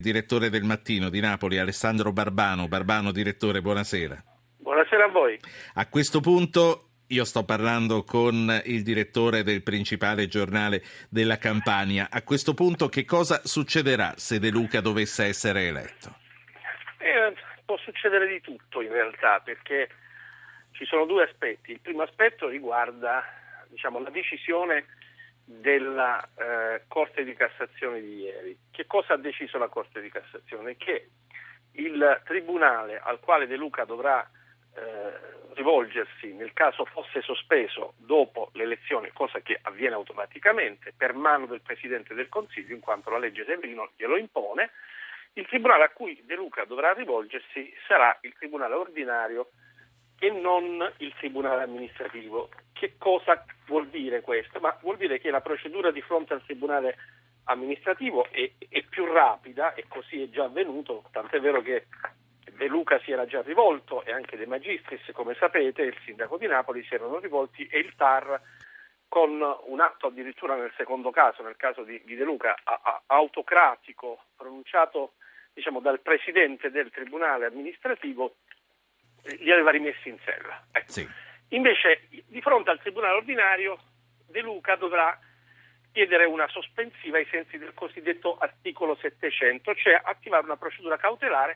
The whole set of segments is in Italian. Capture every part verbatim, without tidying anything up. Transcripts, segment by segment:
Direttore del Mattino di Napoli, Alessandro Barbano. Barbano, direttore, buonasera. Buonasera a voi. A questo punto io sto parlando con il direttore del principale giornale della Campania. A questo punto che cosa succederà se De Luca dovesse essere eletto? Eh, può succedere di tutto in realtà, perché ci sono due aspetti. Il primo aspetto riguarda, diciamo, la decisione della eh, Corte di Cassazione di ieri. Che cosa ha deciso la Corte di Cassazione? Che il tribunale al quale De Luca dovrà eh, rivolgersi nel caso fosse sospeso dopo l'elezione, cosa che avviene automaticamente per mano del Presidente del Consiglio, in quanto la legge Severino glielo impone, il tribunale a cui De Luca dovrà rivolgersi sarà il tribunale ordinario e non il tribunale amministrativo. Che cosa vuol dire questo? Ma vuol dire che la procedura di fronte al tribunale amministrativo è, è più rapida, e così è già avvenuto, tant'è vero che De Luca si era già rivolto, e anche De Magistris, come sapete, il sindaco di Napoli si erano rivolti, e il T A R con un atto addirittura nel secondo caso, nel caso di, di De Luca, a, a, autocratico, pronunciato diciamo dal presidente del tribunale amministrativo, li aveva rimessi in sella. Ecco. Sì. Invece, di fronte al tribunale ordinario, De Luca dovrà chiedere una sospensiva ai sensi del cosiddetto articolo settecento, cioè attivare una procedura cautelare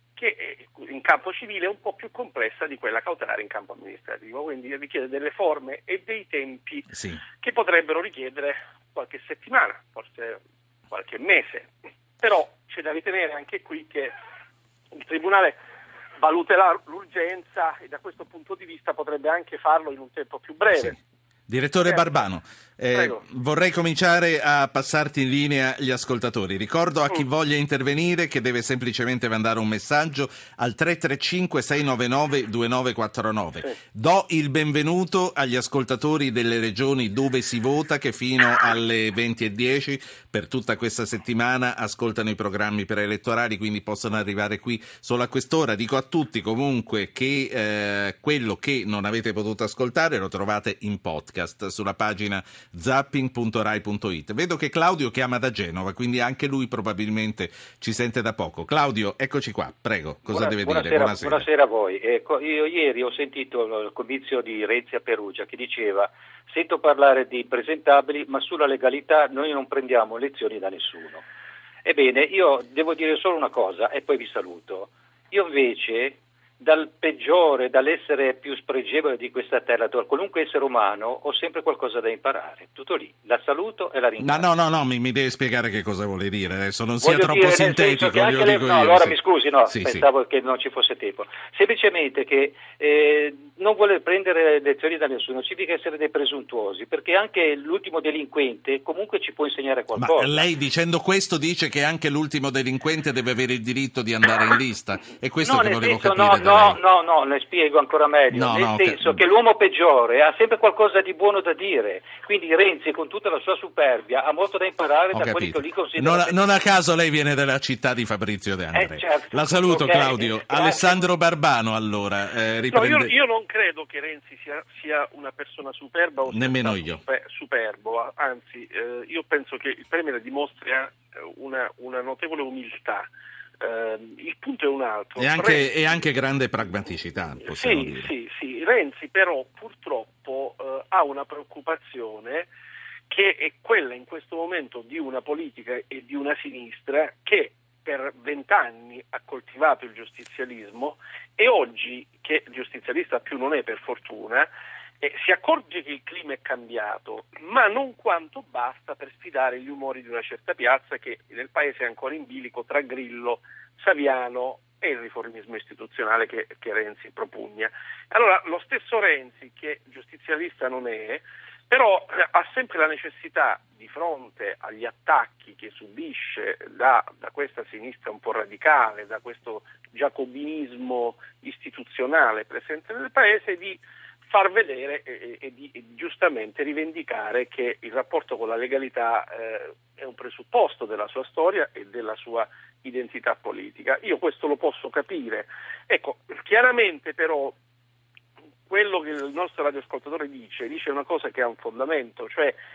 che in campo civile è un po' più complessa di quella cautelare in campo amministrativo, quindi richiede delle forme e dei tempi Sì. che potrebbero richiedere qualche settimana, forse qualche mese. Però c'è da ritenere anche qui che il tribunale valuterà l'urgenza e da questo punto di vista potrebbe anche farlo in un tempo più breve. Sì. Direttore Barbano, eh, vorrei cominciare a passarti in linea gli ascoltatori. Ricordo a chi mm. voglia intervenire che deve semplicemente mandare un messaggio al tre tre cinque sei nove nove due nove quattro nove. Sì. Do il benvenuto agli ascoltatori delle regioni dove si vota, che fino alle venti e dieci per tutta questa settimana ascoltano i programmi preelettorali, quindi possono arrivare qui solo a quest'ora. Dico a tutti comunque che eh, quello che non avete potuto ascoltare lo trovate in podcast sulla pagina zapping punto rai punto it. Vedo che Claudio chiama da Genova, quindi anche lui probabilmente ci sente da poco. Claudio, eccoci qua, prego, cosa Buona, deve buonasera, dire? Buonasera. Buonasera a voi. Ecco, io ieri ho sentito il comizio di Renzi a Perugia che diceva: sento parlare di impresentabili, ma sulla legalità noi non prendiamo lezioni da nessuno. Ebbene, io devo dire solo una cosa e poi vi saluto. Io invece, dal peggiore, dall'essere più spregevole di questa terra, da qualunque essere umano, ho sempre qualcosa da imparare. Tutto lì. La saluto e la ringrazio. No, no, no, no mi, mi devi spiegare che cosa vuole dire. Adesso non sia Voglio troppo dire, sintetico. Che anche io le... dico no, io, allora sì. mi scusi, no, sì, pensavo sì. che non ci fosse tempo. Semplicemente che eh, non vuole prendere lezioni da nessuno, significa essere dei presuntuosi, perché anche l'ultimo delinquente comunque ci può insegnare qualcosa. Ma lei dicendo questo dice che anche l'ultimo delinquente deve avere il diritto di andare in lista? È questo no, che volevo senso, capire no, da no, lei. no, no, le spiego ancora meglio, No, nel no, senso okay. che l'uomo peggiore ha sempre qualcosa di buono da dire, quindi Renzi con tutta la sua superbia ha molto da imparare Ho da capito. quelli che lì considera. Non, non a caso lei viene dalla città di Fabrizio De André. Eh, certo. La saluto, Okay. Claudio. Grazie. Alessandro Barbano, allora. Eh, riprende... no, io, io non credo che Renzi sia, sia una persona superba o nemmeno io super, superbo, anzi eh, io penso che il Premier dimostri una, una notevole umiltà. Uh, il punto è un altro. E anche, Renzi, e anche grande pragmaticità, possiamo sì, dire. Sì, sì. Renzi però purtroppo uh, ha una preoccupazione che è quella in questo momento di una politica e di una sinistra che per vent'anni ha coltivato il giustizialismo e oggi, che giustizialista più non è per fortuna, Eh, si accorge che il clima è cambiato, ma non quanto basta per sfidare gli umori di una certa piazza che nel paese è ancora in bilico tra Grillo, Saviano e il riformismo istituzionale che, che Renzi propugna. Allora lo stesso Renzi, che giustizialista non è, però eh, ha sempre la necessità, di fronte agli attacchi che subisce da, da questa sinistra un po' radicale, da questo giacobinismo istituzionale presente nel paese, di far vedere e, e di e giustamente rivendicare che il rapporto con la legalità eh, è un presupposto della sua storia e della sua identità politica. Io questo lo posso capire. Ecco, chiaramente però quello che il nostro radioascoltatore dice, dice una cosa che ha un fondamento, cioè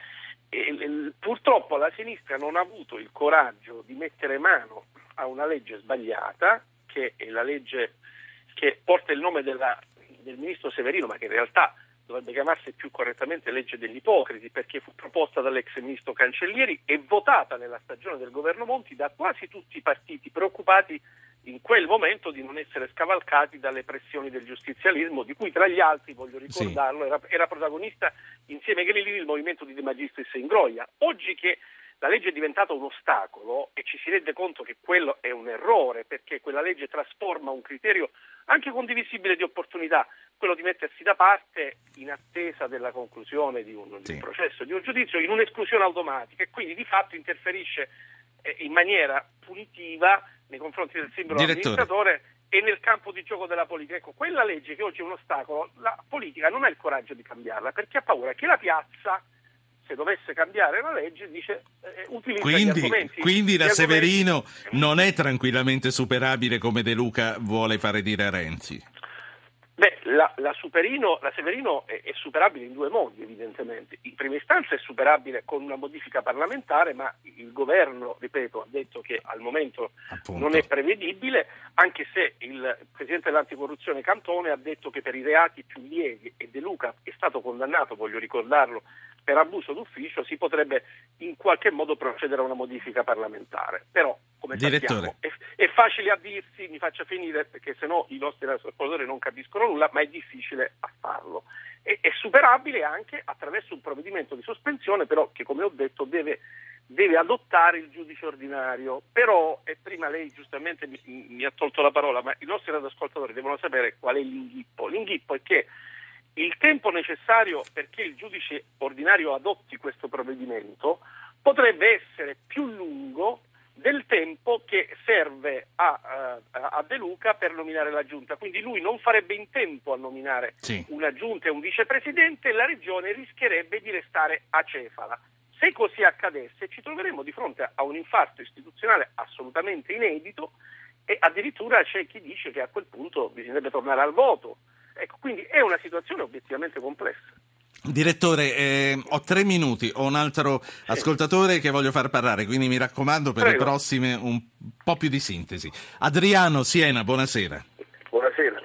E, e, purtroppo la sinistra non ha avuto il coraggio di mettere mano a una legge sbagliata, che è la legge che porta il nome della, del ministro Severino, ma che in realtà dovrebbe chiamarsi più correttamente legge degli ipocriti, perché fu proposta dall'ex ministro Cancellieri e votata nella stagione del governo Monti da quasi tutti i partiti, preoccupati in quel momento di non essere scavalcati dalle pressioni del giustizialismo, di cui tra gli altri, voglio ricordarlo, sì. era, era protagonista insieme a Grilli il movimento di De Magistris e Ingroia. Oggi che la legge è diventata un ostacolo e ci si rende conto che quello è un errore, perché quella legge trasforma un criterio anche condivisibile di opportunità, quello di mettersi da parte in attesa della conclusione di un, sì. di un processo, di un giudizio, in un'esclusione automatica, e quindi di fatto interferisce eh, in maniera punitiva nei confronti del singolo Direttore. amministratore e nel campo di gioco della politica. Ecco, quella legge che oggi è un ostacolo, la politica non ha il coraggio di cambiarla, perché ha paura che la piazza, se dovesse cambiare la legge, dice eh, utilizza quindi, gli argomenti. Quindi la gli Severino argomenti. non è tranquillamente superabile come De Luca vuole fare dire a Renzi? Beh, la, la, Superino, la Severino è, è superabile in due modi, evidentemente. In prima istanza è superabile con una modifica parlamentare, ma il governo, ripeto, ha detto che al momento Appunto. non è prevedibile, anche se il presidente dell'anticorruzione Cantone ha detto che per i reati più lievi, e De Luca è stato condannato, voglio ricordarlo, per abuso d'ufficio, si potrebbe in qualche modo procedere a una modifica parlamentare. Però, come sappiamo, è, è facile a dirsi, mi faccia finire, perché sennò i nostri ascoltatori non capiscono nulla, ma è difficile a farlo. E, è superabile anche attraverso un provvedimento di sospensione, però che, come ho detto, deve, deve adottare il giudice ordinario. Però, e prima lei giustamente mi, mi ha tolto la parola, ma i nostri ascoltatori devono sapere qual è l'inghippo. L'inghippo è che il tempo necessario perché il giudice ordinario adotti questo provvedimento potrebbe essere più lungo del tempo che serve a, a, a De Luca per nominare la giunta. Quindi lui non farebbe in tempo a nominare sì. una giunta e un vicepresidente, e la regione rischierebbe di restare acefala. Se così accadesse, ci troveremmo di fronte a un infarto istituzionale assolutamente inedito, e addirittura c'è chi dice che a quel punto bisognerebbe tornare al voto. Ecco, quindi è una situazione obiettivamente complessa. Direttore, eh, ho tre minuti, ho un altro sì. ascoltatore che voglio far parlare, quindi mi raccomando per Prego. le prossime un po' più di sintesi. Adriano, Siena, buonasera. Buonasera.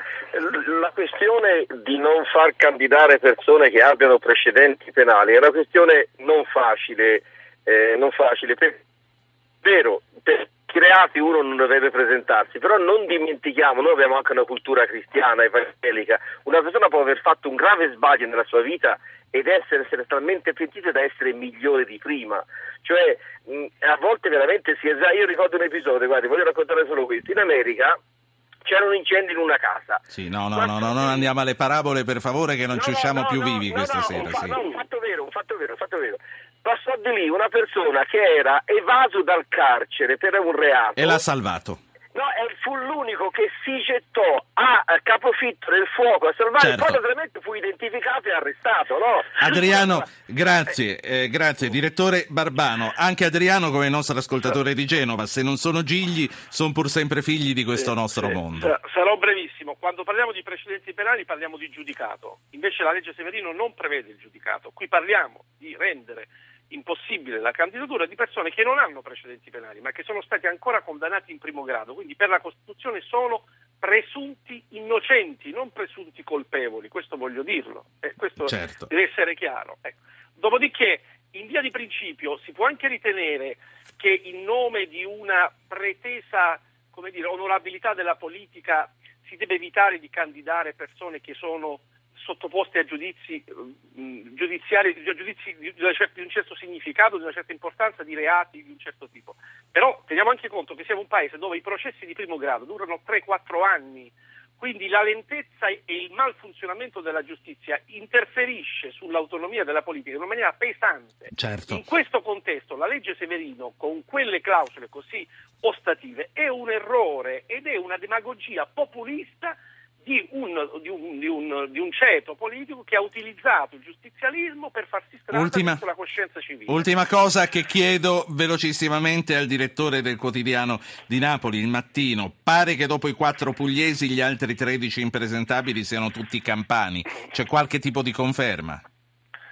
La questione di non far candidare persone che abbiano precedenti penali è una questione non facile, eh, non facile, per, vero, per reati uno non dovrebbe presentarsi, però non dimentichiamo, noi abbiamo anche una cultura cristiana, evangelica, una persona può aver fatto un grave sbaglio nella sua vita ed essere, essere talmente pentita da essere migliore di prima, cioè mh, a volte veramente si esagera. Io ricordo un episodio, guardi, voglio raccontare solo questo. In America c'era un incendio in una casa. Sì, no, no, no, no, non andiamo alle parabole, per favore, che non no, ci usciamo no, più no, vivi no, questa no, sera. Un, fa- sì. no, un fatto vero, un fatto vero, un fatto vero. Passò di lì una persona che era evaso dal carcere per un reato. E l'ha salvato. No, e fu l'unico che si gettò a capofitto nel fuoco a salvare, certo. Poi naturalmente fu identificato e arrestato, no? Adriano, grazie, eh, grazie. Direttore Barbano, anche Adriano come il nostro ascoltatore di Genova, se non sono gigli, sono pur sempre figli di questo sì, nostro sì. mondo. Sarò brevissimo, quando parliamo di precedenti penali parliamo di giudicato, invece la legge Severino non prevede il giudicato, qui parliamo di rendere impossibile la candidatura di persone che non hanno precedenti penali, ma che sono stati ancora condannati in primo grado, quindi per la Costituzione sono presunti innocenti, non presunti colpevoli, questo voglio dirlo, eh, questo certo. deve essere chiaro. Ecco. Dopodiché, in via di principio, si può anche ritenere che in nome di una pretesa, come dire, onorabilità della politica si deve evitare di candidare persone che sono sottoposti a giudizi mh, giudiziari, giudizi di, di, di un certo significato, di una certa importanza, di reati di un certo tipo. Però teniamo anche conto che siamo un paese dove i processi di primo grado durano tre quattro anni, quindi la lentezza e il malfunzionamento della giustizia interferisce sull'autonomia della politica in una maniera pesante. Certo. In questo contesto la legge Severino, con quelle clausole così ostative, è un errore ed è una demagogia populista Di un, di, un, di, un, di un ceto politico che ha utilizzato il giustizialismo per farsi strada ultima, la coscienza civile. Ultima cosa che chiedo velocissimamente al direttore del quotidiano di Napoli, Il Mattino. Pare che dopo i quattro pugliesi gli altri tredici impresentabili siano tutti campani. C'è qualche tipo di conferma?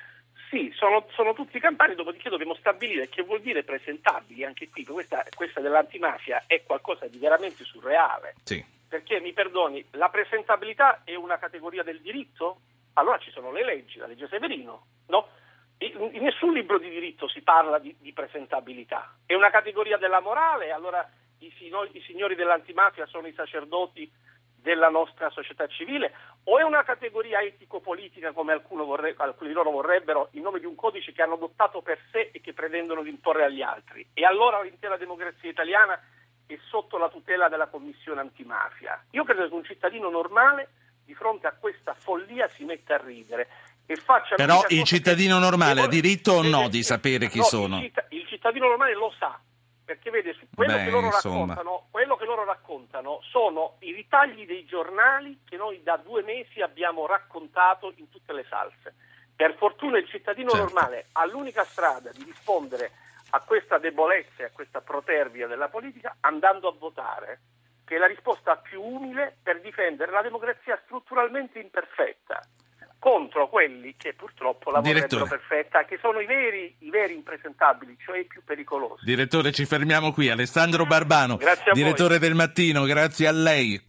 Sì, sono, sono tutti campani, dopodiché dobbiamo stabilire che vuol dire presentabili, anche qui, questa, questa dell'antimafia è qualcosa di veramente surreale. Sì. Perché, mi perdoni, la presentabilità è una categoria del diritto? Allora ci sono le leggi, la legge Severino, no? In, in nessun libro di diritto si parla di, di presentabilità. È una categoria della morale, allora i, signori, i signori dell'antimafia sono i sacerdoti della nostra società civile, o è una categoria etico-politica come alcuno vorre, alcuni di loro vorrebbero in nome di un codice che hanno adottato per sé e che pretendono di imporre agli altri? E allora l'intera democrazia italiana è sotto la tutela della commissione antimafia. Io credo che un cittadino normale di fronte a questa follia si metta a ridere e faccia... Però il cittadino che, normale che ha diritto o no deve, di sapere chi no, sono? Il, citt- il cittadino normale lo sa, perché vede, quello, Beh, che loro insomma. raccontano, quello che loro raccontano sono i ritagli dei giornali che noi da due mesi abbiamo raccontato in tutte le salse. Per fortuna il cittadino Certo. normale ha l'unica strada di rispondere a questa debolezza e a questa protervia della politica andando a votare, che è la risposta più umile per difendere la democrazia strutturalmente imperfetta contro quelli che purtroppo la vorrebbero Direttore. perfetta, che sono i veri, i veri impresentabili, cioè i più pericolosi. Direttore, ci fermiamo qui. Alessandro Barbano, Grazie a voi. direttore del Mattino, grazie a lei.